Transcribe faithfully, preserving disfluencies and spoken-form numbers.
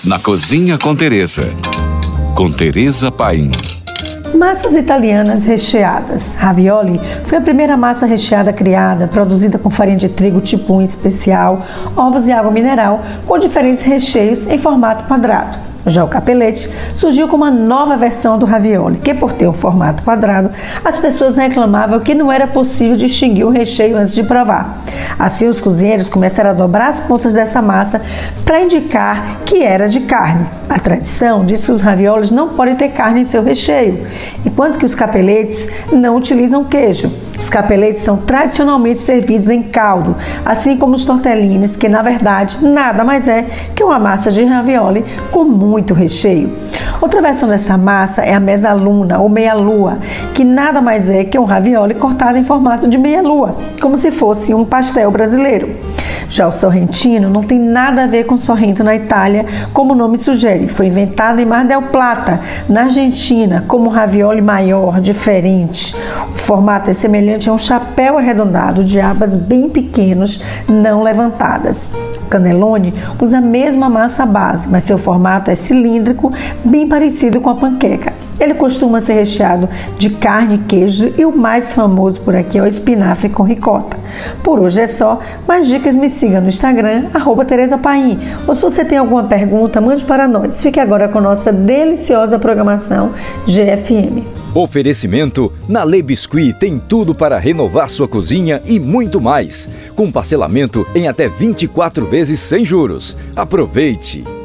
Na Cozinha com Tereza. Com Tereza Paim. Massas italianas recheadas. Ravioli foi a primeira massa recheada criada, produzida com farinha de trigo tipo um especial, ovos e água mineral, com diferentes recheios em formato quadrado. Já o capelete surgiu como uma nova versão do ravioli, que por ter um formato quadrado, as pessoas reclamavam que não era possível distinguir o recheio antes de provar. Assim, os cozinheiros começaram a dobrar as pontas dessa massa para indicar que era de carne. A tradição diz que os raviolis não podem ter carne em seu recheio, enquanto que os capeletes não utilizam queijo. Os capeletes são tradicionalmente servidos em caldo, assim como os tortellini, que na verdade nada mais é que uma massa de ravioli com muito recheio. Outra versão dessa massa é a mezzaluna ou meia-lua, que nada mais é que um ravioli cortado em formato de meia-lua, como se fosse um pastel brasileiro. Já o sorrentino não tem nada a ver com Sorrento na Itália, como o nome sugere. Foi inventado em Mar del Plata, na Argentina, como um ravioli maior, diferente. O formato é semelhante a um chapéu arredondado de abas bem pequenos, não levantadas. O cannelloni usa a mesma massa base, mas seu formato é cilíndrico, bem parecido com a panqueca. Ele costuma ser recheado de carne e queijo e o mais famoso por aqui é o espinafre com ricota. Por hoje é só, mais dicas me siga no Instagram, arroba Tereza Paim. Ou se você tem alguma pergunta, mande para nós. Fique agora com nossa deliciosa programação G F M. Oferecimento: na Le Biscuit tem tudo para renovar sua cozinha e muito mais, com parcelamento em até vinte e quatro vezes sem juros. Aproveite!